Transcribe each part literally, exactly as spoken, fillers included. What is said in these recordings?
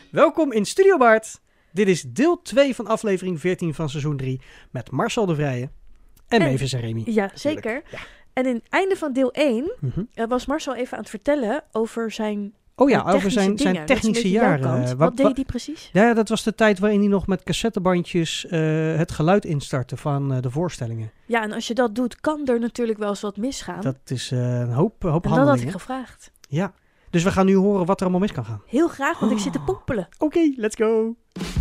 Welkom in Studio Baard. Dit is deel twee van aflevering veertien van seizoen drie met Marcel de Vrijen en, en Mavis en Remy. Ja, zeker. Ja. En in het einde van deel één mm-hmm. was Marcel even aan het vertellen over zijn Oh ja, over zijn, zijn technische jaren. Wat, wat deed hij precies? Ja, dat was de tijd waarin hij nog met cassettebandjes uh, het geluid instartte van uh, de voorstellingen. Ja, en als je dat doet, kan er natuurlijk wel eens wat misgaan. Dat is uh, een hoop, hoop en handelingen. En dat had ik gevraagd. Ja, dus we gaan nu horen wat er allemaal mis kan gaan. Heel graag, want oh. ik zit te pompelen. Oké, okay, let's go.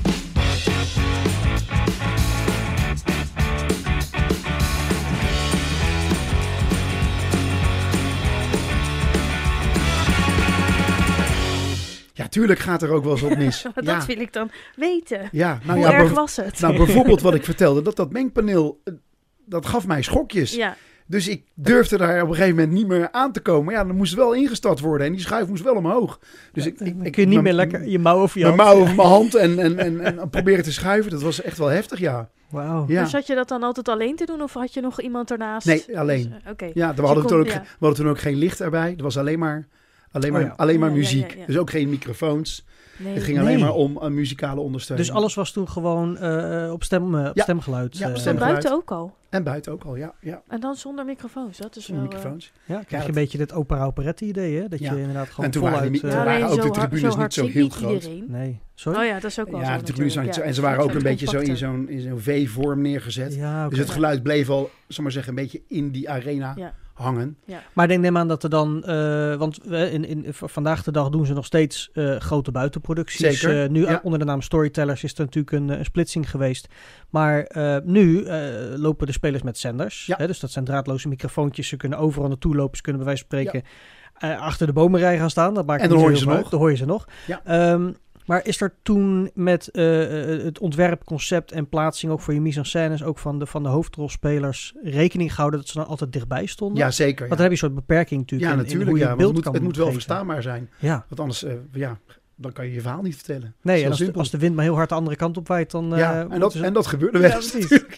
Ja, tuurlijk gaat er ook wel eens op mis. dat ja. wil ik dan weten. Ja, nou Hoe ja, erg bev- was het? Nou, bijvoorbeeld wat ik vertelde, dat dat mengpaneel, dat gaf mij schokjes. Ja. Dus ik durfde daar op een gegeven moment niet meer aan te komen. Ja, dan moest het wel ingestart worden en die schuif moest wel omhoog. Dus ja, ik, ik, ik kun je niet meer lekker je mouw over je mijn hand. mouw over mijn hand en, en, en, en proberen te schuiven. Dat was echt wel heftig, ja. Wauw. Ja. Maar zat je dat dan altijd alleen te doen of had je nog iemand ernaast? Nee, alleen. Dus, uh, okay. Ja, we, dus hadden kon, toen ook, ja. we hadden toen ook geen licht erbij. Er was alleen maar, alleen maar, oh ja. alleen maar ja, muziek. Ja, ja, ja. Dus ook geen microfoons. Nee. Het ging nee. alleen maar om een muzikale ondersteuning. Dus alles was toen gewoon uh, op, stem, uh, op ja. stemgeluid? Ja, op uh, stemgeluid. En buiten ook al? En buiten ook al, ja. ja. En dan zonder microfoons, dat is zonder wel... microfoons. Ja, krijg ja, je dat... een beetje dit opera operette idee, hè? Dat ja. je inderdaad gewoon en toen voluit... waren, die, Uh, ja, waren ook de har- tribunes zo niet zo heel groot. Iedereen. Nee, sorry? Oh ja, dat is ook wel ja, zo de tribunes waren niet zo. ja. En ze waren ook een beetje zo in compacter. zo'n, in zo'n V-vorm neergezet. Ja, okay. Dus het geluid bleef al, zal maar zeggen, een beetje in die arena ja. hangen. Ja. Maar ik neem aan dat er dan... Uh, want uh, in, in, vandaag de dag doen ze nog steeds uh, grote buitenproducties. Zeker. Uh, nu ja. onder de naam Storytellers is er natuurlijk een, een splitsing geweest. Maar uh, nu uh, lopen de spelers met zenders. Ja. Hè, dus dat zijn draadloze microfoontjes. Ze kunnen overal naartoe lopen. Ze kunnen bij wijze van spreken ja. uh, achter de bomenrij gaan staan. Dat maakt en dan hoor je ze nog. Uit. Dan hoor je ze nog. Ja. Um, Maar is er toen met uh, het ontwerpconcept en plaatsing ook voor je mise-en-scènes, ook van de, van de hoofdrolspelers, rekening gehouden dat ze dan altijd dichtbij stonden? Ja, zeker. Want ja. dan heb je een soort beperking natuurlijk. Ja, in, natuurlijk. in hoe je ja, beeld het moet, kan het moet wel geven. verstaanbaar zijn. Ja. Want anders, uh, ja, dan kan je je verhaal niet vertellen. Nee, en als de, als de wind maar heel hard de andere kant op waait, dan... Ja, uh, en, dat, ze... en dat gebeurde wel eens natuurlijk.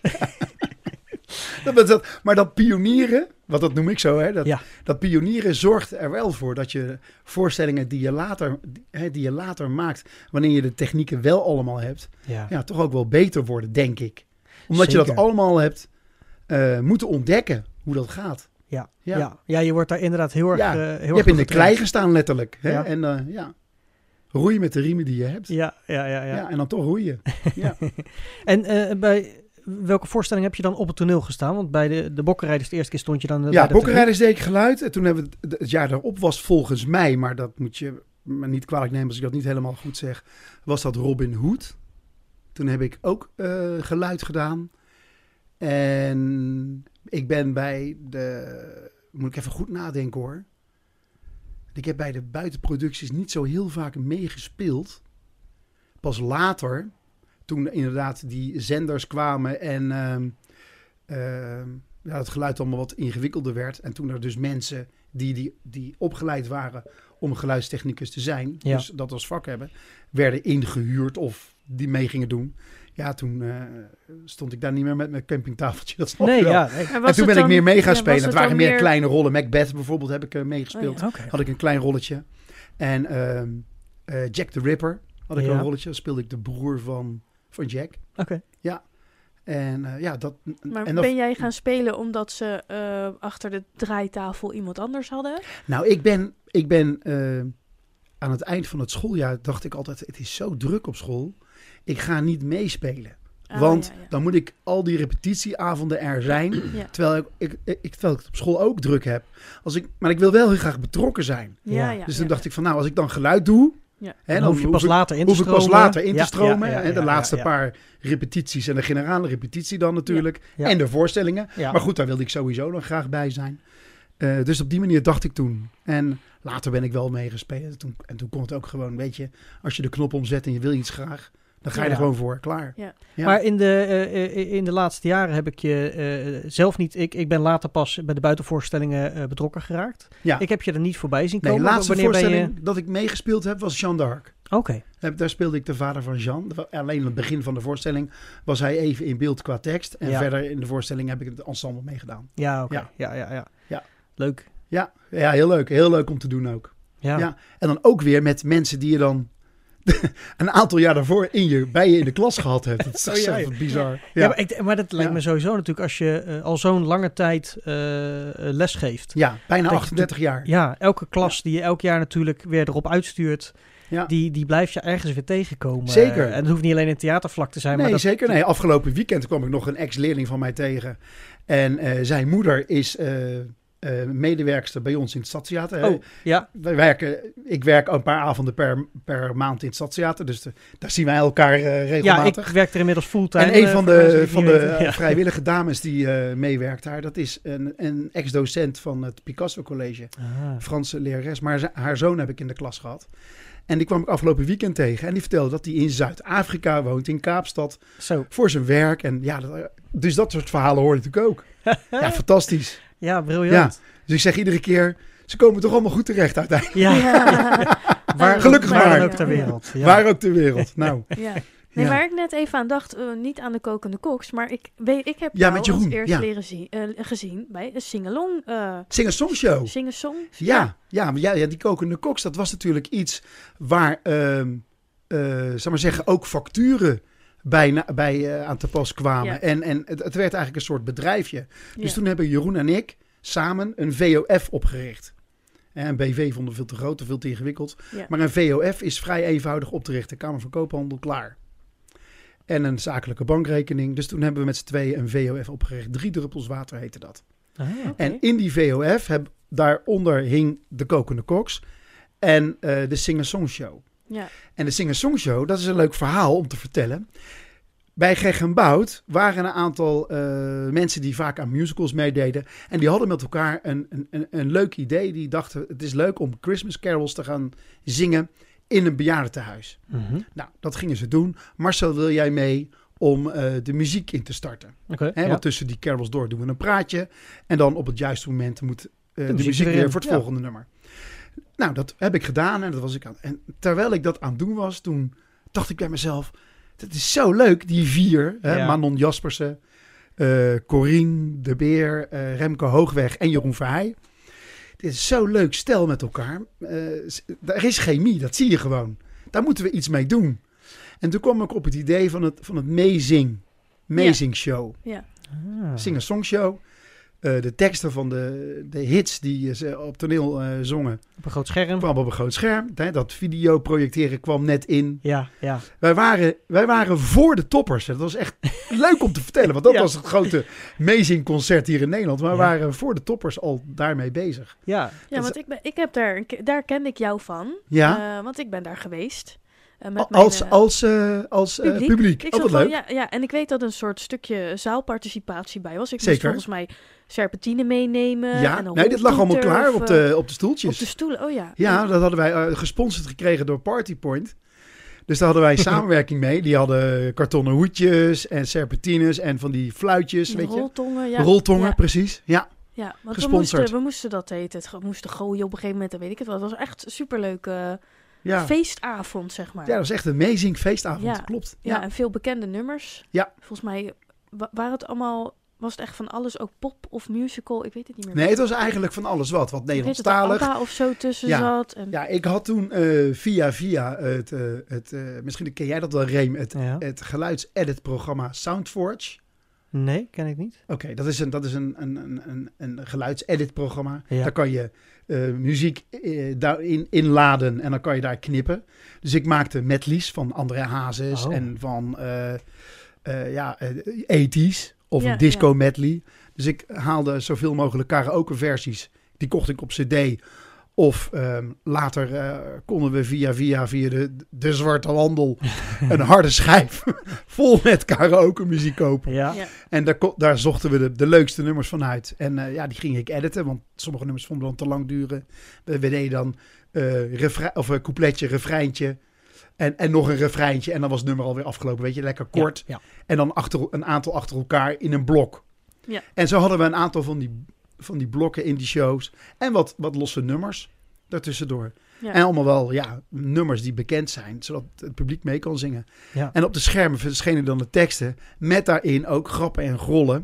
dat, dat, maar dat pionieren, wat dat noem ik zo, hè, dat, ja. dat pionieren zorgt er wel voor dat je voorstellingen die je later, hè, die je later maakt, wanneer je de technieken wel allemaal hebt, ja. Ja, toch ook wel beter worden, denk ik. Omdat Zeker. je dat allemaal hebt uh, moeten ontdekken, hoe dat gaat. Ja, ja. ja. ja je wordt daar inderdaad heel erg ja. uh, heel Je erg hebt in de getraind. klei gestaan letterlijk. Hè? Ja. En uh, ja, roeien met de riemen die je hebt. Ja, ja, ja. ja. ja en dan toch roeien. ja. En uh, bij... Welke voorstelling heb je dan op het toneel gestaan? Want bij de, de Bokkenrijders de eerste keer stond je dan... Uh, ja, de Bokkenrijders deed ik geluid. En toen hebben we het, het jaar daarop was volgens mij, maar dat moet je me niet kwalijk nemen als ik dat niet helemaal goed zeg, was dat Robin Hood. Toen heb ik ook uh, geluid gedaan. En ik ben bij de... Moet ik even goed nadenken hoor. Ik heb bij de buitenproducties niet zo heel vaak meegespeeld. Pas later... Toen inderdaad die zenders kwamen en uh, uh, ja, het geluid allemaal wat ingewikkelder werd. En toen er dus mensen die, die, die opgeleid waren om geluidstechnicus te zijn, ja. dus dat als vak hebben, werden ingehuurd of die mee gingen doen. Ja, toen uh, stond ik daar niet meer met mijn campingtafeltje. Dat snap nee, je wel. Ja, nee. En, en toen ben dan, ik meer mee gaan ja, spelen. Het, het waren meer, meer kleine rollen. Macbeth bijvoorbeeld heb ik uh, meegespeeld. Oh, ja. okay. Had ik een klein rolletje. En uh, uh, Jack the Ripper had ik ja. een rolletje. Dan speelde ik de broer van... Van Jack. Oké. Okay. Ja. En uh, ja, dat... Maar en dat, ben jij gaan spelen omdat ze uh, achter de draaitafel iemand anders hadden? Nou, ik ben, ik ben uh, aan het eind van het schooljaar dacht ik altijd, het is zo druk op school. Ik ga niet meespelen. Ah, want ja, ja. dan moet ik al die repetitieavonden er zijn, ja. terwijl, ik, ik, ik, terwijl ik het op school ook druk heb. Als ik, maar ik wil wel heel graag betrokken zijn. Ja, ja, dus toen ja, dacht ja. ik van, nou, als ik dan geluid doe... Ja. Hè, dan, dan hoef je pas ik, later in te hoef stromen. ik pas later in te ja, stromen. Ja, ja, ja, en de ja, laatste ja, ja. paar repetities en de generale repetitie dan natuurlijk. Ja. Ja. En de voorstellingen. Ja. Maar goed, daar wilde ik sowieso nog graag bij zijn. Uh, dus op die manier dacht ik toen. En later ben ik wel meegespeeld. Toen, en toen kon het ook gewoon, weet je, als je de knop omzet en je wil iets graag, dan ga je ja. er gewoon voor, klaar. Ja. Ja. Maar in de, uh, in de laatste jaren heb ik je uh, zelf niet... Ik, ik ben later pas bij de buitenvoorstellingen uh, betrokken geraakt. Ja. Ik heb je er niet voorbij zien nee, komen. De laatste Wanneer voorstelling ben je... dat ik meegespeeld heb was Jeanne d'Arc. Oké. Okay. Daar speelde ik de vader van Jean. Alleen in het begin van de voorstelling was hij even in beeld qua tekst. En ja. verder in de voorstelling heb ik het ensemble meegedaan. Ja, oké. Okay. Ja. Ja, ja, ja, ja. Leuk. Ja, ja, heel leuk. Heel leuk om te doen ook. Ja. ja. En dan ook weer met mensen die je dan een aantal jaar daarvoor in je, bij je in de klas gehad hebt. Dat is toch Oh, ja, zo ja. bizar. Ja, Ja, maar, ik, maar dat lijkt Ja. me sowieso natuurlijk als je uh, al zo'n lange tijd uh, les geeft. ja bijna Dat je achtendertig jaar. Ja, elke klas die je elk jaar natuurlijk weer erop uitstuurt, Ja. die, die blijf je ergens weer tegenkomen. Zeker. Uh, en het hoeft niet alleen in theatervlak te zijn. Nee, maar dat, zeker. Nee, afgelopen weekend kwam ik nog een ex-leerling van mij tegen. En uh, zijn moeder is uh, uh, medewerkster bij ons in het Stadstheater. Oh, ja. Wij werken, ik werk een paar avonden per, per maand in het Stadstheater. Dus de, daar zien wij elkaar uh, regelmatig. Ja, ik werk er inmiddels fulltime. En een van uh, de, van de weten. Ja. vrijwillige dames die uh, meewerkt daar, dat is een, een ex-docent van het Picasso College. Ah. Franse lerares. Maar z- haar zoon heb ik in de klas gehad. En die kwam ik afgelopen weekend tegen. En die vertelde dat hij in Zuid-Afrika woont, in Kaapstad. Zo. Voor zijn werk. En ja, dat, dus dat soort verhalen hoor je natuurlijk ook. Ja, fantastisch. Ja, briljant. Ja. Dus ik zeg iedere keer, ze komen toch allemaal goed terecht uiteindelijk. Ja. Ja. Waar, Gelukkig waar maar. dan ook ter wereld. Ja. Waar ook ter wereld. Nou, Ja. Nee, Ja. waar ik net even aan dacht, uh, niet aan de kokende koks, maar ik, weet, ik heb Ja, jou met Jeroen, als eerst ja. leren zien, uh, gezien bij een sing-along, uh, Sing-a-song-show. sing-a-song. Ja, ja, maar ja, ja, die kokende koks, dat was natuurlijk iets waar, ehm uh, zal maar zeggen, ook facturen bij, na- bij uh, aan te pas kwamen. Ja. En, en het, het werd eigenlijk een soort bedrijfje. Dus Ja. toen hebben Jeroen en ik samen een V O F opgericht. En een B V vonden we veel te groot en veel te ingewikkeld. Ja. Maar een V O F is vrij eenvoudig op te richten. Kamer van Koophandel, klaar. En een zakelijke bankrekening. Dus toen hebben we met z'n tweeën een V O F opgericht. Drie druppels water heette dat. Ah. Oké. En in die V O F, heb, daaronder hing de kokende koks en uh, de Sing-a-Song Show. Ja. En de Sing-a-Song Show, dat is een leuk verhaal om te vertellen. Bij Geg en Bout waren een aantal uh, mensen die vaak aan musicals meededen. En die hadden met elkaar een, een, een, een leuk idee. Die dachten, het is leuk om Christmas carols te gaan zingen in een bejaardentehuis. Mm-hmm. Nou, dat gingen ze doen. Marcel, wil jij mee om uh, de muziek in te starten? Oké. Hè, Ja. Want tussen die carols door doen we een praatje. En dan op het juiste moment moet uh, de, muziek muziek erin, weer voor het ja. volgende nummer. Nou, dat heb ik gedaan en dat was ik aan. En terwijl ik dat aan het doen was, toen dacht ik bij mezelf, dat is zo leuk, die vier. Hè? Ja. Manon Jaspersen, uh, Corine de Beer, uh, Remco Hoogweg en Jeroen Verheij. Dit is zo leuk stel met elkaar. Uh, er is chemie, dat zie je gewoon. Daar moeten we iets mee doen. En toen kwam ik op het idee van het, van het meezing. Meezing show. Ja. Ah. Sing-a-song show. Uh, de teksten van de, de hits die ze op toneel uh, zongen, Op een groot scherm. kwam op een groot scherm. Hè, dat video projecteren kwam net in. Ja, ja. Wij waren, wij waren voor de toppers. Dat was echt leuk om te vertellen. Want dat Ja. was het grote Meezing concert hier in Nederland. Maar we Ja. waren voor de toppers al daarmee bezig. Ja. Ja, want ik, ben, ik heb daar, een ke- daar kende ik jou van. Ja. Uh, want ik ben daar geweest. Uh, met als mijn, uh, als, uh, als uh, publiek. publiek. Ik Oh, zat wat gewoon, leuk. ja, ja, en ik weet dat een soort stukje zaalparticipatie bij was. Ik moest Zeker. volgens mij serpentine meenemen. Ja, en een nee, dit lag allemaal roltoeter klaar of, op uh, de, op de stoeltjes. op de stoelen. Oh ja. Ja, dat hadden wij uh, gesponsord gekregen door Party Point. Dus daar hadden wij samenwerking mee. Die hadden kartonnen hoedjes en serpentines en van die fluitjes, Die weet je. roltongen. Ja. Roltongen, Ja. precies. Ja, Ja, want we Gesponsord. moesten, we moesten dat heet het, ge- moesten gooien op een gegeven moment, dan weet ik het wel. Het was echt een superleuke ja. feestavond, zeg maar. ja, dat was echt een amazing feestavond. Ja. Klopt. Ja, Ja. en veel bekende nummers. Ja. Volgens mij wa- waren het allemaal, was het echt van alles, ook pop of musical, ik weet het niet meer. Nee, het was eigenlijk van alles wat. Wat ik weet dat er Nederlandstalig. ABBA of zo tussen Ja. zat. En, Ja, ik had toen uh, via via het, uh, het uh, misschien ken jij dat wel, Reem, het, Ja. het geluidsedit-programma Soundforge. Nee, ken ik niet. Oké, okay, dat is een, dat is een, een, een, een, een geluidsedit-programma. Ja. Daar kan je uh, muziek uh, daarin inladen en dan kan je daar knippen. Dus ik maakte medleys van André Hazes Oh. en van uh, uh, ja, uh, eighties of Ja, een disco ja. medley. Dus ik haalde zoveel mogelijk karaoke versies. Die kocht ik op cd. Of um, later uh, konden we via via via de, de zwarte handel een harde schijf vol met karaoke muziek kopen. Ja. Ja. En daar, ko- daar zochten we de, de leukste nummers van uit. En uh, ja, die ging ik editen, want sommige nummers vonden we dan te lang duren. We, we deden dan uh, refre- of een coupletje, refreintje en, en nog een refreintje. En dan was het nummer alweer afgelopen, weet je, lekker kort. Ja. En dan achter, een aantal achter elkaar in een blok. Ja. En zo hadden we een aantal van die, van die blokken in die shows. En wat, wat losse nummers daartussendoor. Ja. En allemaal wel ja, nummers die bekend zijn, zodat het publiek mee kan zingen. Ja. En op de schermen verschenen dan de teksten, met daarin ook grappen en grollen.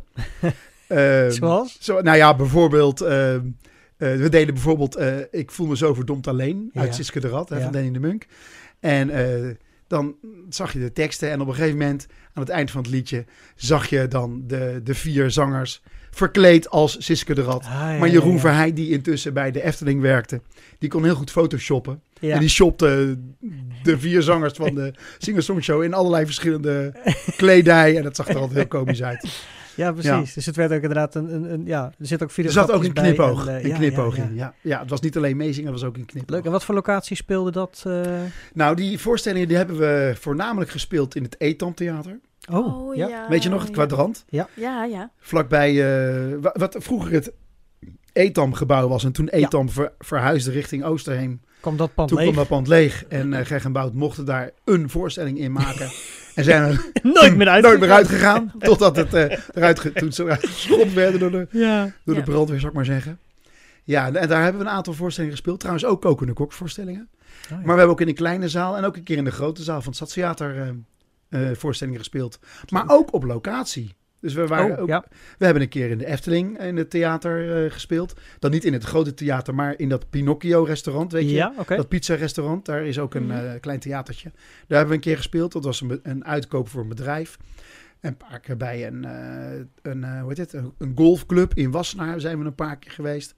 um, Zoals? Zo, nou ja, bijvoorbeeld, uh, uh, we deden bijvoorbeeld uh, Ik voel me zo verdomd alleen, uit Ja. Siske de Rad, hè, Ja. van Danny de Munk. En uh, dan zag je de teksten en op een gegeven moment, aan het eind van het liedje, zag je dan de, de vier zangers verkleed als Siske de Rat. Ah, ja, maar Jeroen ja, ja. Verheij, die intussen bij de Efteling werkte, die kon heel goed photoshoppen. Ja. En die shopte de vier zangers van de Singer-Songshow in allerlei verschillende kledij. En dat zag er altijd heel komisch uit. Ja, precies. Ja. Dus het werd ook inderdaad een... een, een ja, er zit ook Er zat ook een knipoog, bij en, uh, een ja, knipoog ja, ja. in. Ja. Ja, het was niet alleen meezingen, het was ook een knipoog. Leuk. En wat voor locatie speelde dat? Uh... Nou, die voorstellingen die hebben we voornamelijk gespeeld in het Etamtheater. Oh, Oh, ja. ja. Weet je nog, het kwadrant? Ja, ja. Vlakbij uh, wa- wat vroeger het Etam-gebouw was. En toen Etam ja. ver, verhuisde richting Oosterheem. Kwam dat pand toen leeg? kwam dat pand leeg. En uh, Greg en Bout mochten daar een voorstelling in maken. En zijn er nooit meer uit. nooit meer uitgegaan. Totdat het uh, eruit ge- toen ze eruit geschopt werden door de, ja. door de Ja. brandweer, zou ik maar zeggen. Ja, en daar hebben we een aantal voorstellingen gespeeld. Trouwens ook Kokende Kok voorstellingen. Oh, ja. Maar we hebben ook in een kleine zaal en ook een keer in de grote zaal van het Stadstheater uh, uh, voorstellingen gespeeld. Maar ook op locatie. Dus we, waren Oh, ook, ja. we hebben een keer in de Efteling in het theater uh, gespeeld. Dan niet in het grote theater, maar in dat Pinocchio-restaurant, weet je. Ja, oké. Dat pizza-restaurant, daar is ook een Mhm. uh, klein theatertje. Daar hebben we een keer gespeeld. Dat was een, een uitkoop voor een bedrijf. En een paar keer bij een, uh, een, uh, hoe heet het? Een, een golfclub in Wassenaar zijn we een paar keer geweest.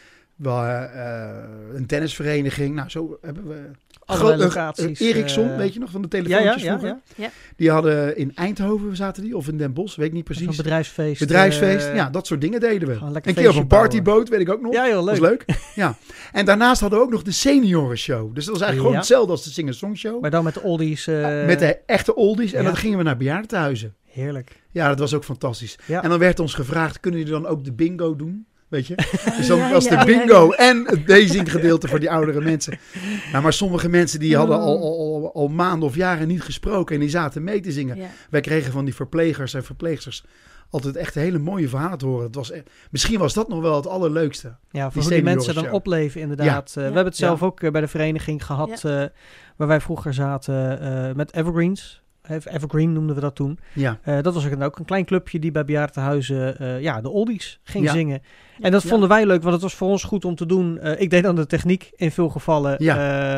Wel, uh, een tennisvereniging. Nou, zo hebben we... Allerlei Groot- locaties. uh, Ericsson, uh, weet je nog, van de Ja, telefoontjes ja, ja. vroeger. ja. Die hadden in Eindhoven, zaten die, of in Den Bosch, weet ik niet Precies. precies. Een bedrijfsfeest. Bedrijfsfeest, uh, ja, dat soort dingen deden we. gewoon Een lekker keer op een feestje partyboot, weet ik ook nog. Ja, heel leuk. Dat was leuk. Ja. En daarnaast hadden we ook nog de seniorenshow. Dus dat was eigenlijk Ja. gewoon hetzelfde als de Singer-Songshow. Maar dan met de oldies. Uh, Met de echte oldies. En ja. dan gingen we naar bejaardentehuizen. Heerlijk. Ja, dat was ook fantastisch. Ja. En dan werd ons gevraagd, kunnen jullie dan ook de bingo doen? Weet je? Dus dan ja, was de ja, bingo ja, en het dezing gedeelte voor die oudere mensen. Nou, maar sommige mensen die hadden al, al, al, al maanden of jaren niet gesproken en die zaten mee te zingen. Ja. Wij kregen van die verplegers en verpleegsters altijd echt hele mooie verhalen te horen. Het was echt, misschien was dat nog wel het allerleukste. Ja, voor Die hoe die senioren mensen dan show. opleven inderdaad. Uh, Ja. We hebben het zelf Ja. ook uh, bij de vereniging gehad, uh, waar wij vroeger zaten uh, met Evergreens. Evergreen noemden we dat toen. Ja, Uh, dat was ook een klein clubje die bij bejaardentehuizen uh, ja, de oldies ging Ja. zingen. En dat Ja. vonden wij leuk, want het was voor ons goed om te doen. Uh, ik deed dan de techniek in veel gevallen. Ja. Uh,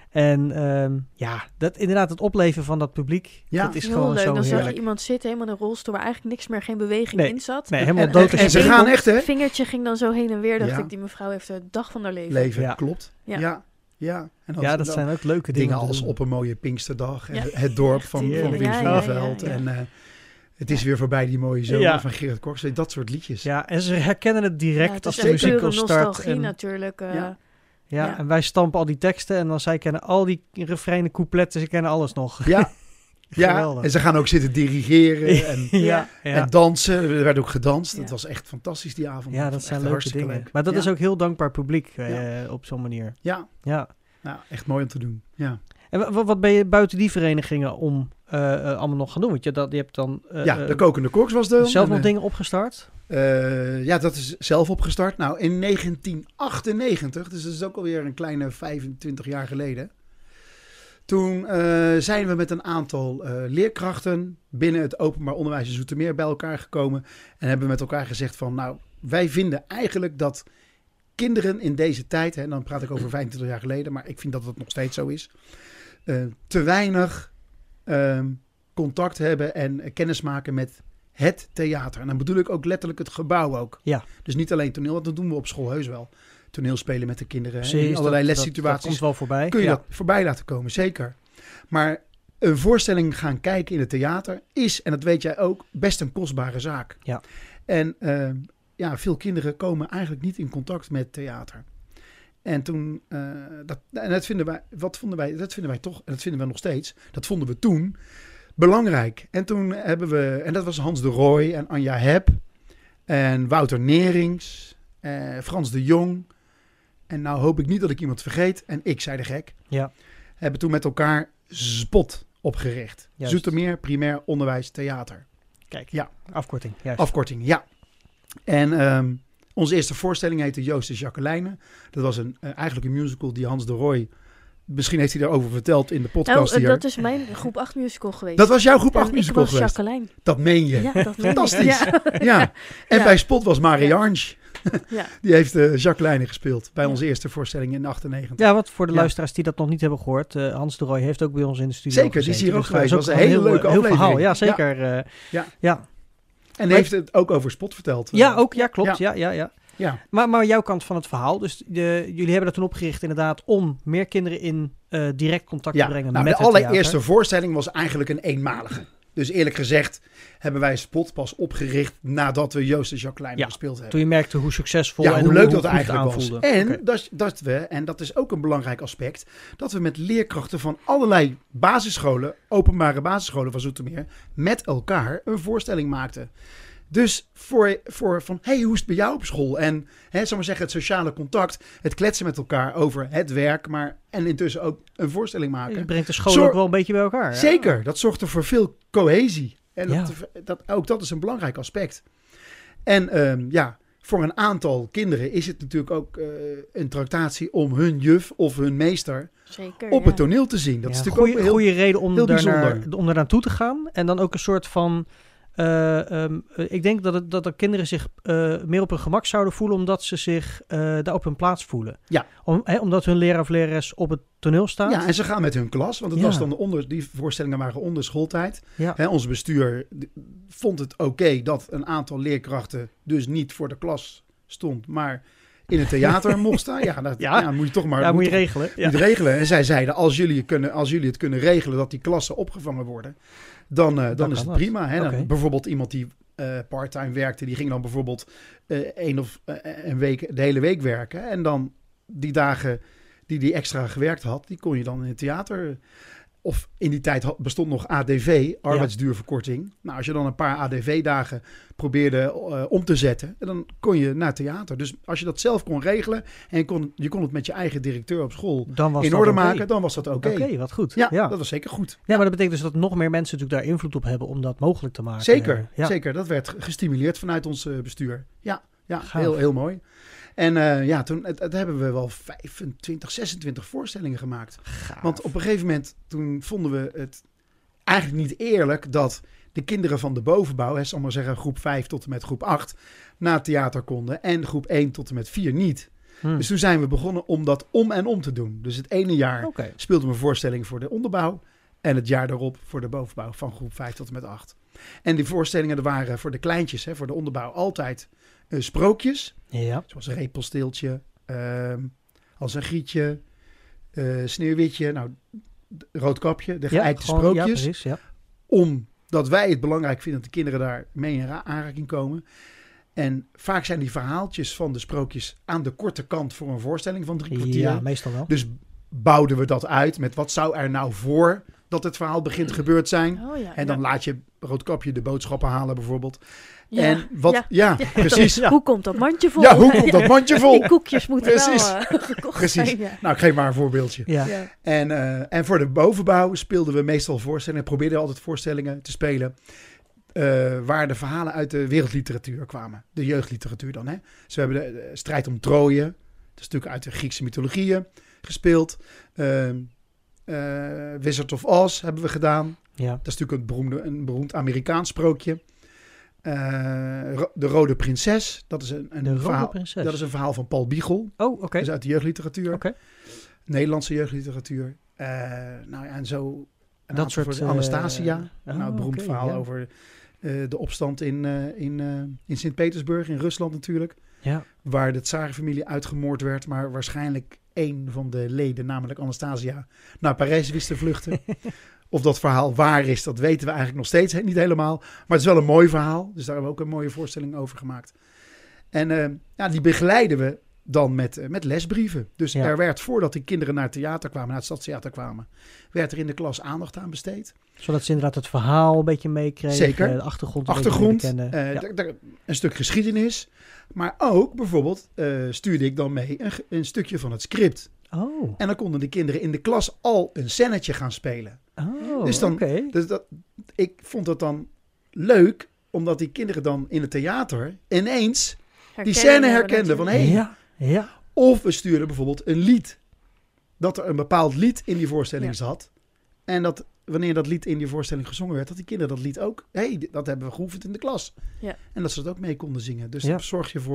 en um, ja, dat, inderdaad het opleven van dat publiek, Ja. dat is Heel gewoon leuk. zo Dan zag heerlijk. je iemand zitten, helemaal in een rolstoel, waar eigenlijk niks meer, geen beweging Nee. in zat. Nee, helemaal En- dood als en je ze bent. gaan echt, hè? Het vingertje ging dan zo heen en weer. Dacht Ja. ik, die mevrouw heeft de dag van haar leven. leven, Ja. klopt. Ja. Ja, ja. En dan- Ja, dat dan zijn ook leuke dingen. dingen om te als doen. op een mooie Pinksterdag. En Ja. het dorp van, van heerlijk. Wim Ja, ja, Sonneveld. ja, ja. En uh, het is weer voorbij die mooie zomer Ja. van Gerrit Koks. Dat soort liedjes. Ja, en ze herkennen het direct Ja, het als is de echt muziek pure al start. nostalgie En, natuurlijk. uh, Ja. ja, Ja. en wij stampen al die teksten en dan zij kennen al die refreinen, coupletten, ze kennen alles nog. Ja. Ja, Geweldig. en ze gaan ook zitten dirigeren en, ja, ja. en dansen. Er werd ook gedanst. Ja. Het was echt fantastisch die avond. Ja, Het dat was zijn echt leuke hartstikke dingen. leuk. Maar dat ja. is ook heel dankbaar publiek uh, op zo'n manier. Ja, Ja. nou, echt mooi om te doen. Ja, En wa- wat ben je buiten die verenigingen om uh, uh, allemaal nog gaan doen? Want je, dat, je hebt dan uh, ja de Kokende Koks was de... zelf en, nog uh, dingen opgestart? Uh, ja, dat is zelf opgestart. Nou, in negentien achtennegentig, dus dat is ook alweer een kleine vijfentwintig jaar geleden. Toen uh, zijn we met een aantal uh, leerkrachten binnen het openbaar onderwijs in Zoetermeer bij elkaar gekomen. En hebben met elkaar gezegd van, nou, wij vinden eigenlijk dat kinderen in deze tijd, hè, en dan praat ik over vijfentwintig jaar geleden, maar ik vind dat het nog steeds zo is, uh, te weinig uh, contact hebben en uh, kennis maken met het theater. En dan bedoel ik ook letterlijk het gebouw ook. Ja. Dus niet alleen toneel, want dat doen we op school heus wel. Toneel spelen met de kinderen. hè, Precies, in allerlei dat- dat- lessituaties. Dat komt wel voorbij. Kun je ja. dat voorbij laten komen, zeker. Maar een voorstelling gaan kijken in het theater is, en dat weet jij ook, best een kostbare zaak. Ja. En uh, ja, veel kinderen komen eigenlijk niet in contact met theater. En toen, uh, dat, en dat vinden wij, wat vonden wij, dat vinden wij toch, en dat vinden we nog steeds, dat vonden we toen belangrijk. En toen hebben we, en dat was Hans de Rooij en Anja Hep en Wouter Nerings, uh, Frans de Jong. En nou hoop ik niet dat ik iemand vergeet. En ik, zei de gek, Ja. hebben toen met elkaar SPOT opgericht. Juist. Zoetermeer Primair Onderwijs Theater. Kijk, Ja. afkorting. Juist. Afkorting, ja. En um, onze eerste voorstelling heette Joost de Jacqueline. Dat was een, uh, eigenlijk een musical die Hans de Rooij... Misschien heeft hij daarover verteld in de podcast Nou, uh, hier. dat is mijn groep acht musical geweest. Dat was jouw groep acht En musical ik was geweest? Jacqueline. Dat meen je. Ja, dat meen ik. Fantastisch. Ja. Ja. En Ja. bij Spot was Marie-Ange. Ja. Die heeft uh, Jacques Leijnen gespeeld bij Ja. onze eerste voorstelling in achtennegentig. Ja, wat voor de Ja. luisteraars die dat nog niet hebben gehoord. Uh, Hans de Rooij heeft ook bij ons in de studio Zeker, die is hier gezeten. ook Dus geweest. dat Was een hele heel, leuke heel aflevering. verhaal. Ja, zeker. Ja. Uh, Ja. ja. En hij heeft het ook over spot verteld. Ja, ook. Ja, klopt. Ja, Ja. ja, ja. Ja. Maar, maar jouw kant van het verhaal. Dus de, jullie hebben dat toen opgericht inderdaad om meer kinderen in uh, direct contact Ja. te brengen Nou, met de het theater. allereerste voorstelling was eigenlijk een eenmalige. Dus eerlijk gezegd hebben wij Spot pas opgericht nadat we Joost en Jacques Leijnen Ja, gespeeld hebben. Toen je merkte hoe succesvol Ja, en hoe hoe, leuk hoe dat goed eigenlijk het was. aanvoelde. En, Oké. dat, dat we, en dat is ook een belangrijk aspect, dat we met leerkrachten van allerlei basisscholen, openbare basisscholen van Zoetermeer, met elkaar een voorstelling maakten. Dus voor, voor van, hey, hoe is het bij jou op school? En, hè, zal maar zeggen, het sociale contact, het kletsen met elkaar over het werk, maar en intussen ook een voorstelling maken. Je brengt de school Zorg- ook wel een beetje bij elkaar. Ja? Zeker, dat zorgt er voor veel cohesie. En Ja. dat, dat, ook dat is een belangrijk aspect. En ehm, ja, voor een aantal kinderen is het natuurlijk ook uh, een tractatie om hun juf of hun meester Zeker, op ja. het toneel te zien. Dat Ja, is natuurlijk goeie, ook heel... goede reden om heel daar, naar, bijzonder. om daar naartoe te gaan. En dan ook een soort van... Uh, um, uh, ik denk dat, het, dat de kinderen zich uh, meer op hun gemak zouden voelen... omdat ze zich uh, daar op hun plaats voelen. Ja. Om, hè, omdat hun leraar of lerares op het toneel staat. Ja, en ze gaan met hun klas, want het Ja. was dan onder, die voorstellingen waren onder schooltijd. Ja. Hè, ons bestuur d- vond het oké dat een aantal leerkrachten dus niet voor de klas stond, maar in het theater mocht staan. Ja, dat Ja. ja, moet je toch maar ja, moet je toch- regelen. Ja. moet je regelen. En zij zeiden, als jullie, kunnen, als jullie het kunnen regelen dat die klassen opgevangen worden, dan, uh, dan, Dan is kan het dat. prima. Hè? Dan Oké. bijvoorbeeld iemand die uh, parttime werkte, die ging dan bijvoorbeeld uh, één of uh, een week, de hele week werken. En dan die dagen die die extra gewerkt had, die kon je dan in het theater. Of in die tijd had, bestond nog A D V, arbeidsduurverkorting. Nou, als je dan een paar A D V-dagen probeerde uh, om te zetten, dan kon je naar theater. Dus als je dat zelf kon regelen en je kon, je kon het met je eigen directeur op school Dan was in dat orde oké. maken, dan was dat oké. Oké, okay, wat goed. Ja, ja. dat was zeker goed. Ja, maar dat betekent dus dat nog meer mensen natuurlijk daar invloed op hebben om dat mogelijk te maken. Zeker, ja. zeker. Dat werd gestimuleerd vanuit ons uh, bestuur. Ja, ja Gaaf. heel, heel mooi. En uh, ja, toen het, het hebben we wel vijfentwintig, zesentwintig voorstellingen gemaakt. Gaaf. Want op een gegeven moment, toen vonden we het eigenlijk niet eerlijk dat de kinderen van de bovenbouw, hè, zal maar zeggen groep vijf tot en met groep acht, naar het theater konden en groep één tot en met vier niet. Hmm. Dus toen zijn we begonnen om dat om en om te doen. Dus het ene jaar okay. speelden we een voorstelling voor de onderbouw en het jaar daarop voor de bovenbouw van groep vijf tot en met acht. En die voorstellingen waren voor de kleintjes, hè, voor de onderbouw, altijd uh, sprookjes. Ja. Zoals een repelsteeltje, uh, als een grietje, uh, sneeuwwitje, nou, roodkapje, de geëikte ja, gewoon, sprookjes. Ja, precies, ja. Omdat wij het belangrijk vinden dat de kinderen daar mee in aanraking komen. En vaak zijn die verhaaltjes van de sprookjes aan de korte kant voor een voorstelling van drie kwartier. Ja, meestal wel. Dus bouwden we dat uit met wat zou er nou voor dat het verhaal begint gebeurd zijn. Oh, ja, En dan ja. laat je Roodkapje de boodschappen halen bijvoorbeeld. Ja, en wat, ja, ja. ja precies. Ja. Hoe komt dat mandje vol? Ja, hoe komt dat mandje vol? Die koekjes moeten Precies. wel uh, gekocht Precies. zijn. Ja. Nou, ik geef maar een voorbeeldje. Ja. Ja. En, uh, en voor de bovenbouw speelden we meestal voorstellingen, probeerden altijd voorstellingen te spelen, uh, waar de verhalen uit de wereldliteratuur kwamen. De jeugdliteratuur dan, hè. Dus we hebben de, de strijd om Troje, dat is natuurlijk uit de Griekse mythologieën gespeeld. Uh, uh, Wizard of Oz hebben we gedaan. Ja. Dat is natuurlijk een, beroemde, een beroemd Amerikaans sprookje. Uh, de Rode Prinses, dat is een, een De verhaal. Rode Prinses. Dat is een verhaal van Paul Biegel. Oh, oké. Okay. Dus uit de jeugdliteratuur. Okay. Nederlandse jeugdliteratuur. Uh, nou ja, en zo een dat soort... voor Anastasia. Uh, nou, een beroemd okay, verhaal ja. over uh, de opstand in, uh, in, uh, in Sint-Petersburg, in Rusland natuurlijk. Ja. Waar de tsarenfamilie uitgemoord werd, maar waarschijnlijk één van de leden, namelijk Anastasia, naar Parijs wist te vluchten. Of dat verhaal waar is, dat weten we eigenlijk nog steeds niet helemaal. Maar het is wel een mooi verhaal, dus daar hebben we ook een mooie voorstelling over gemaakt. En uh, ja, die begeleiden we dan met, uh, met lesbrieven. Dus ja. er werd, voordat die kinderen naar het theater kwamen, naar het Stadstheater kwamen, werd er in de klas aandacht aan besteed. Zodat ze inderdaad het verhaal een beetje meekregen. Zeker. De achtergrond een Achtergrond, beetje kennen. uh, Ja. d- d- een stuk geschiedenis. Maar ook bijvoorbeeld uh, stuurde ik dan mee een, een stukje van het script. Oh. En dan konden de kinderen in de klas al een scènetje gaan spelen. Oh, Dus dan, oké. dus dat, ik vond dat dan leuk, omdat die kinderen dan in het theater ineens die scène herkenden van hé. Hey, Ja, ja. Of we stuurden bijvoorbeeld een lied. Dat er een bepaald lied in die voorstelling Ja. zat. En dat wanneer dat lied in die voorstelling gezongen werd, dat die kinderen dat lied ook, hé, hey, dat hebben we geoefend in de klas. Ja. En dat ze dat ook mee konden zingen. Dus Ja. dan zorg je voor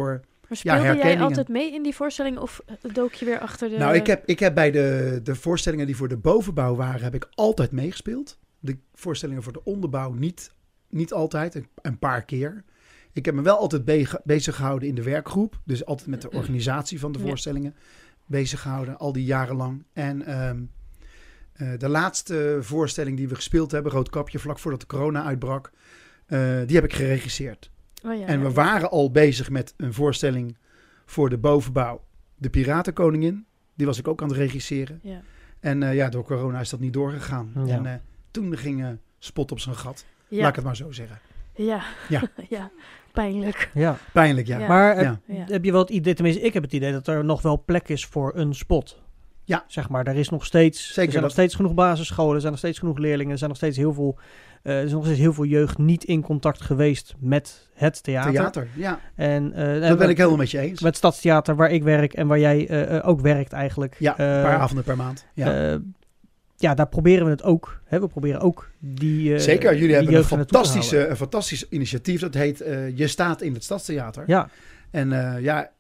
Maar speelde jij herkenningen. altijd mee in die voorstelling of dook je weer achter de... Nou, ik heb, ik heb bij de, de voorstellingen die voor de bovenbouw waren, heb ik altijd meegespeeld. De voorstellingen voor de onderbouw niet, niet altijd, een, een paar keer. Ik heb me wel altijd be- bezig gehouden in de werkgroep. Dus altijd met de organisatie van de voorstellingen ja. bezig gehouden, al die jaren lang. En um, uh, de laatste voorstelling die we gespeeld hebben, Roodkapje, vlak voordat de corona uitbrak, uh, die heb ik geregisseerd. Oh ja, en we ja. waren al bezig met een voorstelling voor de bovenbouw, De Piratenkoningin. Die was ik ook aan het regisseren. Ja. En uh, ja, door corona is dat niet doorgegaan. Ja. En uh, toen ging uh, Spot op zijn gat. Ja. Laat ik het maar zo zeggen. Ja, ja. ja. Pijnlijk. Ja. Pijnlijk, ja. Ja. Maar heb, Ja. Ja. heb je wel het idee, tenminste ik heb het idee dat er nog wel plek is voor een Spot. Ja. Zeg maar, er is nog steeds, Zeker, er zijn nog dat- steeds genoeg basisscholen, er zijn nog steeds genoeg leerlingen, er zijn nog steeds heel veel, uh, er is nog steeds heel veel jeugd niet in contact geweest met het theater. Theater, ja. En, uh, Dat ben ik helemaal met je eens. Met het Stadstheater waar ik werk en waar jij uh, uh, ook werkt eigenlijk. Ja, een Uh, paar avonden per maand. Ja. uh, ja, daar proberen we het ook. Hè? We proberen ook die uh, Zeker, jullie die hebben een jeugd er naartoe te fantastische, halen. een fantastisch initiatief. Dat heet uh, Je staat in het Stadstheater. Ja, En uh, ja,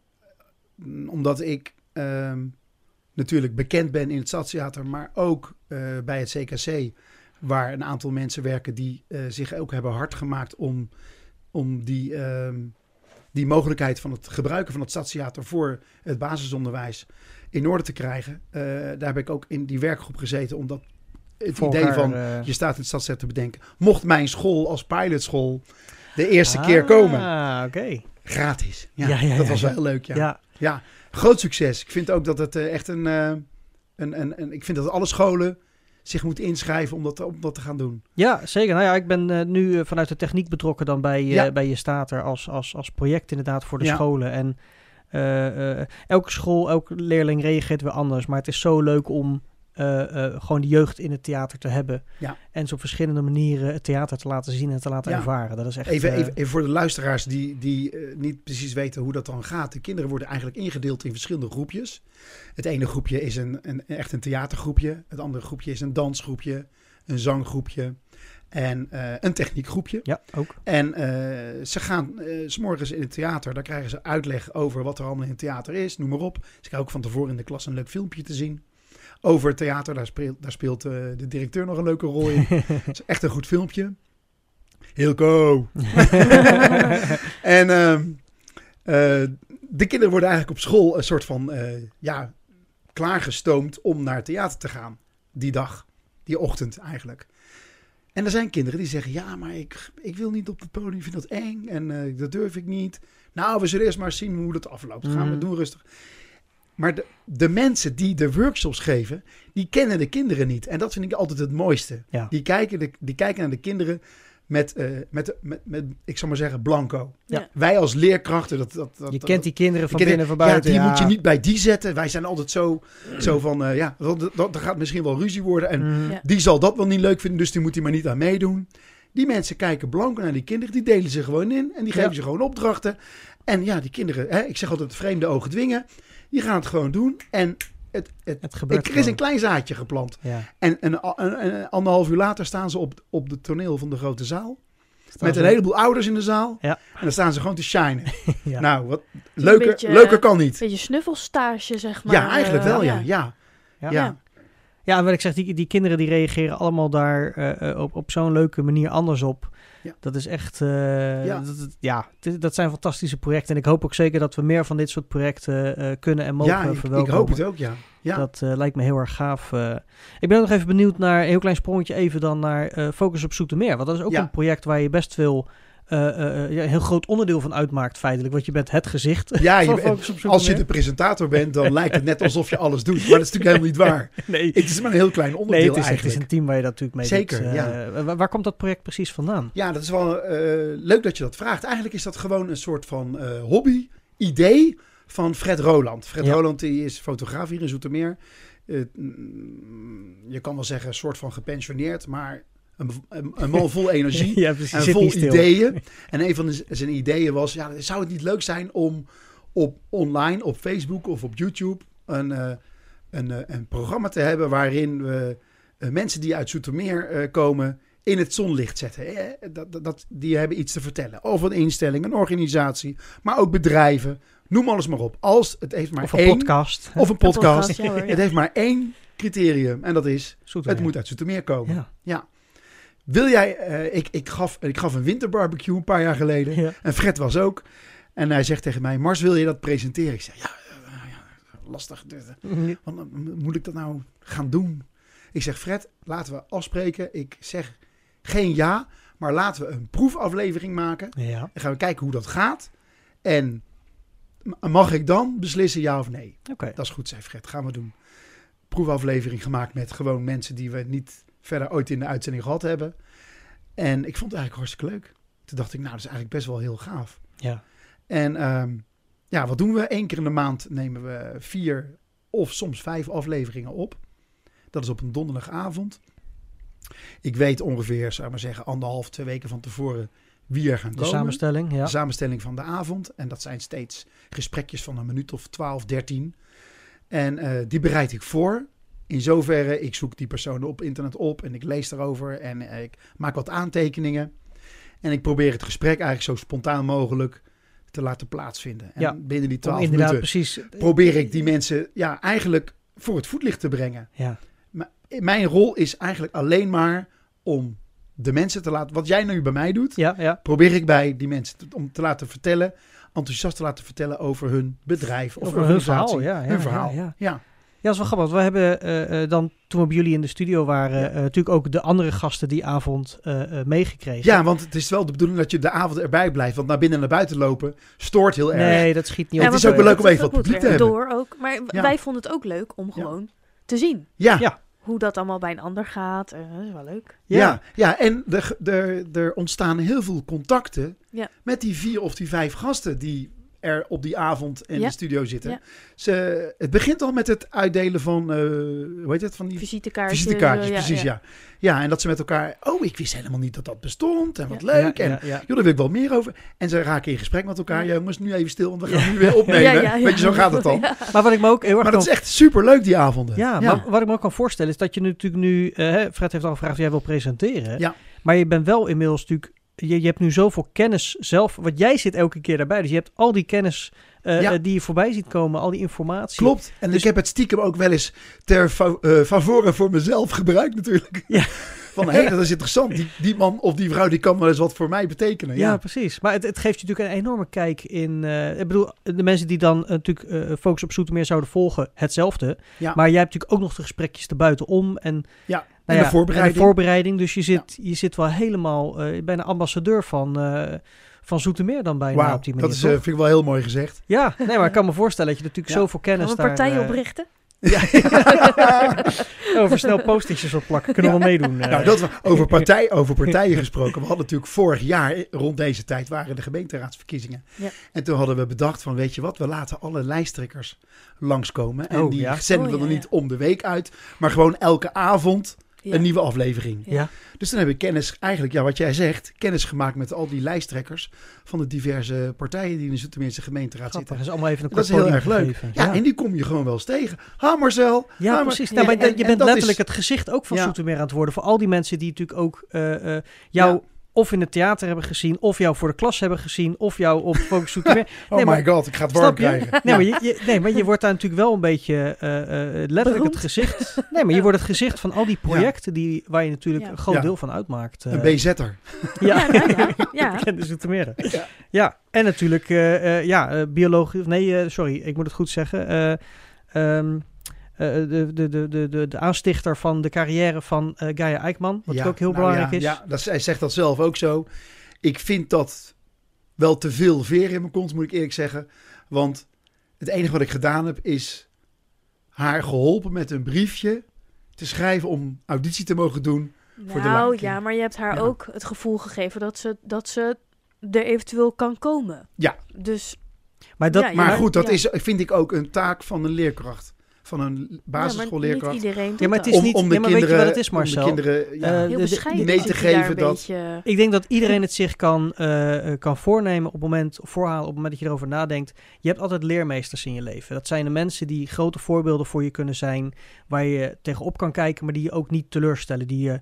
omdat ik uh, natuurlijk bekend ben in het Stadstheater, maar ook uh, bij het C K C, waar een aantal mensen werken die uh, zich ook hebben hard gemaakt om, om die, uh, die mogelijkheid van het gebruiken van het Stadstheater voor het basisonderwijs in orde te krijgen. Uh, daar heb ik ook in die werkgroep gezeten, omdat het voor idee elkaar, van uh, je staat in het Stadstheater te bedenken. Mocht mijn school als pilotschool de eerste ah, keer komen. Ah, oké. Okay. Gratis. Ja, Ja, ja, dat ja, was ja. wel heel leuk. Ja. Ja. ja, groot succes. Ik vind ook dat het uh, echt een, uh, een, een, een... Ik vind dat alle scholen zich moeten inschrijven om dat, om dat te gaan doen. Ja, zeker. Nou ja, ik ben uh, nu uh, vanuit de techniek betrokken dan bij, uh, ja. bij je stater als, als, als project inderdaad voor de Ja. scholen. En uh, uh, elke school, elke leerling reageert weer anders. Maar het is zo leuk om uh, uh, gewoon de jeugd in het theater te hebben. Ja. En zo op verschillende manieren het theater te laten zien en te laten Ja. ervaren. Dat is echt... Even, uh, even, even voor de luisteraars die, die uh, niet precies weten hoe dat dan gaat. De kinderen worden eigenlijk ingedeeld in verschillende groepjes. Het ene groepje is een, een, echt een theatergroepje. Het andere groepje is een dansgroepje, een zanggroepje en uh, een techniekgroepje. Ja, ook. En uh, ze gaan uh, 's morgens in het theater, daar krijgen ze uitleg over wat er allemaal in het theater is, noem maar op. Ze krijgen ook van tevoren in de klas een leuk filmpje te zien over het theater. Daar speelt, daar speelt uh, de directeur nog een leuke rol in. Het is echt een goed filmpje. Hilco! en uh, uh, de kinderen worden eigenlijk op school een soort van, uh, ja, klaargestoomd om naar het theater te gaan. Die dag, die ochtend eigenlijk. En er zijn kinderen die zeggen, ja, maar ik, ik wil niet op het podium, ik vind dat eng en uh, dat durf ik niet. Nou, we zullen eerst maar zien hoe dat afloopt. Gaan we Mm. doen rustig. Maar de, de mensen die de workshops geven, die kennen de kinderen niet. En dat vind ik altijd het mooiste. Ja. Die, kijken de, die kijken naar de kinderen met, uh, met, met, met, ik zal maar zeggen, blanco. Ja. Wij als leerkrachten, dat, dat, dat, Je dat, kent die kinderen van die binnen, kinderen- van buiten. Ja, die ja. moet je niet bij die zetten. Wij zijn altijd zo, zo van, uh, ja, dat, dat, dat gaat misschien wel ruzie worden. En Mm. Ja. die zal dat wel niet leuk vinden, dus die moet hij maar niet aan meedoen. Die mensen kijken blanco naar die kinderen, die delen ze gewoon in en die geven Ja. ze gewoon opdrachten. En ja, die kinderen, hè, ik zeg altijd vreemde ogen dwingen, die gaan het gewoon doen. En het, het, Het gebeurt er is gewoon. een klein zaadje geplant. Ja. En een, een, een anderhalf uur later staan ze op, op de toneel van de grote zaal. Staan Met ze- een heleboel ouders in de zaal. Ja. En dan staan ze gewoon te shinen. Ja. Nou, wat een leuker, beetje, leuker uh, kan niet. Beetje snuffelstage, zeg maar. Ja, eigenlijk uh, wel, ja. Ja, Ja. ja. Ja. Ja, en wat ik zeg, die, die kinderen die reageren allemaal daar uh, uh, op, op zo'n leuke manier anders op. Ja. Dat is echt, uh, Ja. dat, dat- ja, dit- dat zijn fantastische projecten. En ik hoop ook zeker dat we meer van dit soort projecten uh, kunnen en mogen Ja, ik, ik verwelkomen. hoop het ook, ja. Ja, Dat uh, lijkt me heel erg gaaf. Uh. Ik ben ook nog even benieuwd naar, een heel klein sprongetje even dan naar uh, Focus op Zoetermeer. Want dat is ook Ja. een project waar je best veel, uh, uh, ja, een heel groot onderdeel van uitmaakt feitelijk. Want je bent het gezicht ja van je, Focus op als je Zoetermeer. de presentator bent, dan lijkt het net alsof je alles doet. Maar dat is natuurlijk helemaal niet waar. Nee, Het is maar een heel klein onderdeel nee het, is, het eigenlijk. is een team waar je dat natuurlijk mee Zeker, doet. Uh, ja. waar, waar komt dat project precies vandaan? Ja, dat is wel uh, leuk dat je dat vraagt. Eigenlijk is dat gewoon een soort van uh, hobby, idee van Fred Roland. Fred Ja. Roland die is fotograaf hier in Zoetermeer. Uh, mm, je kan wel zeggen een soort van gepensioneerd, maar een, een, een man vol energie. Ja, precies. En Zit vol niet stil. ideeën. En een van z- zijn ideeën was, ja, zou het niet leuk zijn om op online, op Facebook of op YouTube een, uh, een, uh, een programma te hebben waarin we uh, mensen die uit Zoetermeer uh, komen, in het zonlicht zetten. Eh, dat, dat, dat, die hebben iets te vertellen. Of een instelling, een organisatie, maar ook bedrijven. Noem alles maar op. Als het heeft maar Of een één... podcast. Of een podcast. Een podcast, ja hoor, ja. Het heeft maar één criterium. En dat is, Zoetermeer. het moet uit Zoetermeer komen. Ja. Ja. Wil jij... Uh, ik, ik, gaf, ik gaf een winterbarbecue een paar jaar geleden. Ja. En Fred was ook. En hij zegt tegen mij, Mars, wil je dat presenteren? Ik zeg, ja, uh, ja lastig. Want, uh, moet ik dat nou gaan doen? Ik zeg, Fred, laten we afspreken. Ik zeg geen ja, maar laten we een proefaflevering maken. Ja. En gaan we kijken hoe dat gaat. En mag ik dan beslissen ja of nee? Oké. Okay. Dat is goed, zei Fred. Gaan we doen. Proefaflevering gemaakt met gewoon mensen die we niet verder ooit in de uitzending gehad hebben. En ik vond het eigenlijk hartstikke leuk. Toen dacht ik, nou, dat is eigenlijk best wel heel gaaf. Ja. En um, ja, wat doen we? Eén keer in de maand nemen we vier of soms vijf afleveringen op. Dat is op een donderdagavond. Ik weet ongeveer, zou ik maar zeggen, anderhalf, twee weken van tevoren wie er gaan De komen. samenstelling, ja. De samenstelling van de avond. En dat zijn steeds gesprekjes van een minuut of twaalf, dertien. En uh, die bereid ik voor. In zoverre, ik zoek die personen op internet op en ik lees daarover en uh, ik maak wat aantekeningen. En ik probeer het gesprek eigenlijk zo spontaan mogelijk te laten plaatsvinden. En ja, binnen die twaalf inderdaad minuten precies. probeer ik die mensen ja, eigenlijk voor het voetlicht te brengen. Ja. Maar mijn rol is eigenlijk alleen maar om de mensen te laten... Wat jij nu bij mij doet, Ja, ja. probeer ik bij die mensen te, om te laten vertellen... enthousiast te laten vertellen over hun bedrijf of Over hun organisatie. verhaal, ja, ja, hun verhaal, ja, ja. ja. Ja, dat is wel grappig. We hebben uh, uh, dan, toen we bij jullie in de studio waren, Ja. uh, natuurlijk ook de andere gasten die avond uh, uh, meegekregen. Ja, want het is wel de bedoeling dat je de avond erbij blijft. Want naar binnen en naar buiten lopen stoort heel erg. Nee, dat schiet niet Ja, op. het is ook wel leuk om dat even wat moet publiek weer te hebben. Door ook. Maar Ja. wij vonden het ook leuk om gewoon te zien Ja, Ja. ja. hoe dat allemaal bij een ander gaat. Uh, dat is wel leuk. Ja. Ja, ja, en er, er, er ontstaan heel veel contacten Ja. met die vier of die vijf gasten die er op die avond in Ja. de studio zitten. Ja. Ze, het begint al met het uitdelen van, uh, hoe heet het? Van die Visitekaartjes. visitekaartjes, uh, ja, precies, ja. ja. Ja, en dat ze met elkaar, oh, ik wist helemaal niet dat dat bestond en wat Ja. leuk. Ja, en ja, ja. joh, daar wil ik wel meer over. En ze raken in gesprek met elkaar. Ja. Jongens, nu even stil, want we gaan nu weer opnemen. Ja, ja, ja. Weet je, zo gaat het dan. Ja. Maar wat ik me ook heel erg Maar dat kan is echt superleuk, die avonden. Ja, ja. maar wat ik me ook kan voorstellen is dat je natuurlijk nu... Uh, hè, Fred heeft al gevraagd of jij wil presenteren. Ja. Maar je bent wel inmiddels natuurlijk... Je, je hebt nu zoveel kennis zelf. Want jij zit elke keer daarbij. Dus je hebt al die kennis uh, Ja. uh, die je voorbij ziet komen. Al die informatie. Klopt. En Dus- ik heb het stiekem ook wel eens ter fa- uh, favore voor mezelf gebruikt natuurlijk. Ja. Van, hé, hey, dat is interessant. Die, die man of die vrouw, die kan wel eens wat voor mij betekenen. Ja, Ja, precies. Maar het, het geeft je natuurlijk een enorme kijk in... Uh, ik bedoel, de mensen die dan uh, natuurlijk uh, Focus op Zoetermeer zouden volgen, hetzelfde. Ja. Maar jij hebt natuurlijk ook nog de gesprekjes erbuitenom. En, ja. nou en ja, de voorbereiding. En de voorbereiding. Dus je zit, je zit wel helemaal... Uh, bijna ambassadeur van, uh, van Zoetermeer dan bijna Wauw, op die manier. dat is, uh, vind ik wel heel mooi gezegd. Ja, nee, maar ik kan me voorstellen dat je natuurlijk Ja. zoveel kennis Gaan we daar... partijen uh, oprichten? Ja. over snel post-itjes opplakken. Kunnen we wel meedoen. Uh. Nou, dat we, over, partij, over partijen gesproken. We hadden natuurlijk vorig jaar, rond deze tijd, waren de gemeenteraadsverkiezingen. Ja. En toen hadden we bedacht van, weet je wat, we laten alle lijsttrekkers langskomen. En Oh, die ja. zenden Oh, we ja, dan ja. niet om de week uit, maar gewoon elke avond Ja. een nieuwe aflevering. Ja. Dus dan heb ik kennis, eigenlijk ja, wat jij zegt, kennis gemaakt met al die lijsttrekkers van de diverse partijen die in de Zoetermeerse gemeenteraad Grappig, zitten. is allemaal even een Dat kort is heel podium erg leuk. gegeven. Ja, en die kom je gewoon wel eens tegen. Ha Marcel. Ja, ha, maar- precies. Ja, Nou, maar en- je en bent dat letterlijk is- het gezicht ook van Ja. Zoetermeer aan het worden. Voor al die mensen die natuurlijk ook uh, uh, jou Ja. of in het theater hebben gezien, of jou voor de klas hebben gezien, of jou op Focus Zoetermeer. Oh Nee, my maar- god, ik ga het warm Snap je? krijgen. Nee, maar je, je, nee, maar je wordt daar natuurlijk wel een beetje uh, uh, letterlijk Beroemd. het gezicht. Nee, maar je wordt het gezicht van al die projecten die, waar je natuurlijk Ja. een groot Ja. deel van uitmaakt. Uh, Een B Z'er. Ja, Ja, nou ja, ja. bekende Zoetermeer. Ja. Ja, en natuurlijk uh, uh, ja, uh, biologie. Nee, uh, sorry, ik moet het goed zeggen. Uh, um, uh, de, de, de, de, de, de aanstichter van de carrière van uh, Gaia Eijkman. Wat Ja, ook heel nou belangrijk ja, is. Ja, dat, hij zegt dat zelf ook zo. Ik vind dat wel te veel veer in mijn kont, moet ik eerlijk zeggen. Want het enige wat ik gedaan heb, is haar geholpen met een briefje te schrijven om auditie te mogen doen. Voor de Nou Lion King. ja, maar je hebt haar Ja. ook het gevoel gegeven dat ze, dat ze er eventueel kan komen. Ja. Dus Maar dat, Ja, Maar ja, goed, dat ja. is, vind ik ook een taak van een leerkracht. Van een ja, maar basisschoolleerkracht. niet iedereen doet Ja, maar het dat. is om, niet- om de ja, maar weet je kinderen, wat het is, Marcel? Om de kinderen, ja, Eh, Heel de- de- bescheiden mee te zit je daar geven een dat- beetje- ik denk dat iedereen het zich kan, uh, kan voornemen op het moment, of voorhalen op het moment dat je erover nadenkt. Je hebt altijd leermeesters in je leven. Dat zijn de mensen die grote voorbeelden voor je kunnen zijn, waar je tegenop kan kijken, maar die je ook niet teleurstellen. Die je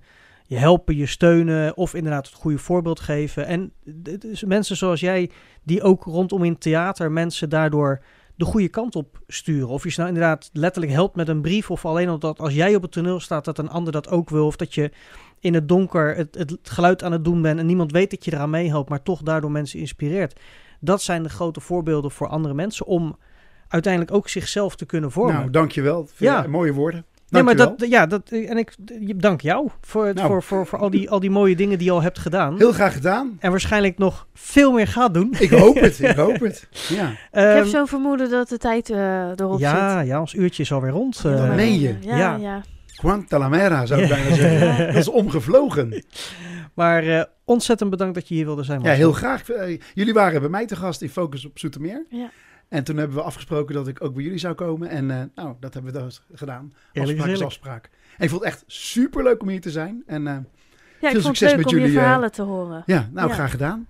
je helpen, je steunen of inderdaad het goede voorbeeld geven. En d- dus mensen zoals jij, die ook rondom in theater mensen daardoor de goede kant op sturen. Of je ze nou inderdaad letterlijk helpt met een brief, of alleen omdat als jij op het toneel staat dat een ander dat ook wil, of dat je in het donker het, het geluid aan het doen bent en niemand weet dat je eraan meehelpt, maar toch daardoor mensen inspireert. Dat zijn de grote voorbeelden voor andere mensen om uiteindelijk ook zichzelf te kunnen vormen. Nou, dankjewel. Vind Ja. je mooie woorden. Nee, maar Dankjewel. dat, ja, dat, en ik dank jou voor, het, Nou. voor, voor, voor al, die, al die mooie dingen die je al hebt gedaan. Heel graag gedaan. En waarschijnlijk nog veel meer gaat doen. Ik hoop het, ik hoop het. Ja. Ik heb Ehm, zo'n vermoeden dat de tijd eh, erop ja, zit. ja, ons uurtje is alweer rond. Dat eh. meen je? Ja, Ja. ja. Quanta la mera, zou ik Ja. bijna zeggen. Dat is omgevlogen. Maar eh, ontzettend bedankt dat je hier wilde zijn. Ja, Marcel. heel graag. Eh, Jullie waren bij mij te gast in Focus op Zoetermeer. Ja. En toen hebben we afgesproken dat ik ook bij jullie zou komen. En uh, nou, dat hebben we dus gedaan. Eerlijk is Afspraak is eerlijk. afspraak. En ik vond het echt super leuk om hier te zijn. En uh, Ja, Veel ik vond het succes leuk met om jullie, je eh, verhalen te horen. ja, nou Ja. graag gedaan.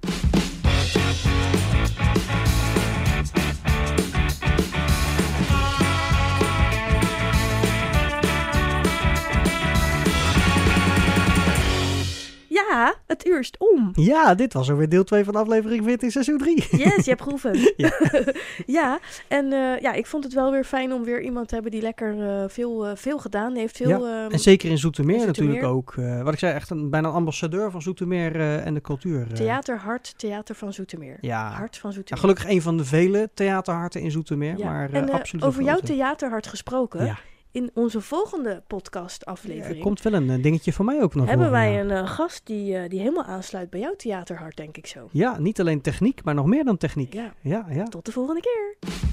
Ja, het uur is om. Ja, dit was alweer deel twee van aflevering veertien, seizoen drie. Yes, je hebt geoefend. Ja. ja, en eh, ja, ik vond het wel weer fijn om weer iemand te hebben die lekker eh, veel, eh, veel gedaan heeft. Veel, ehm, En zeker in Zoetermeer, in Zoetermeer. natuurlijk ook. eh, wat ik zei, echt een, bijna een ambassadeur van Zoetermeer eh, en de cultuur. eh. Theaterhart, Theater van Zoetermeer. Ja. Hart van Ja, Zoetermeer. gelukkig een van de vele theaterharten in Zoetermeer. Ja. Maar eh, en eh, absoluut een over jouw grote. theaterhart gesproken, Ja. in onze volgende podcast Er aflevering komt wel een eh, dingetje van mij ook nog. hebben voor, wij ja. een eh, gast die, eh, die helemaal aansluit bij jouw theaterhart, denk ik zo. Ja, niet alleen techniek, maar nog meer dan techniek. Ja, Ja, ja. tot de volgende keer.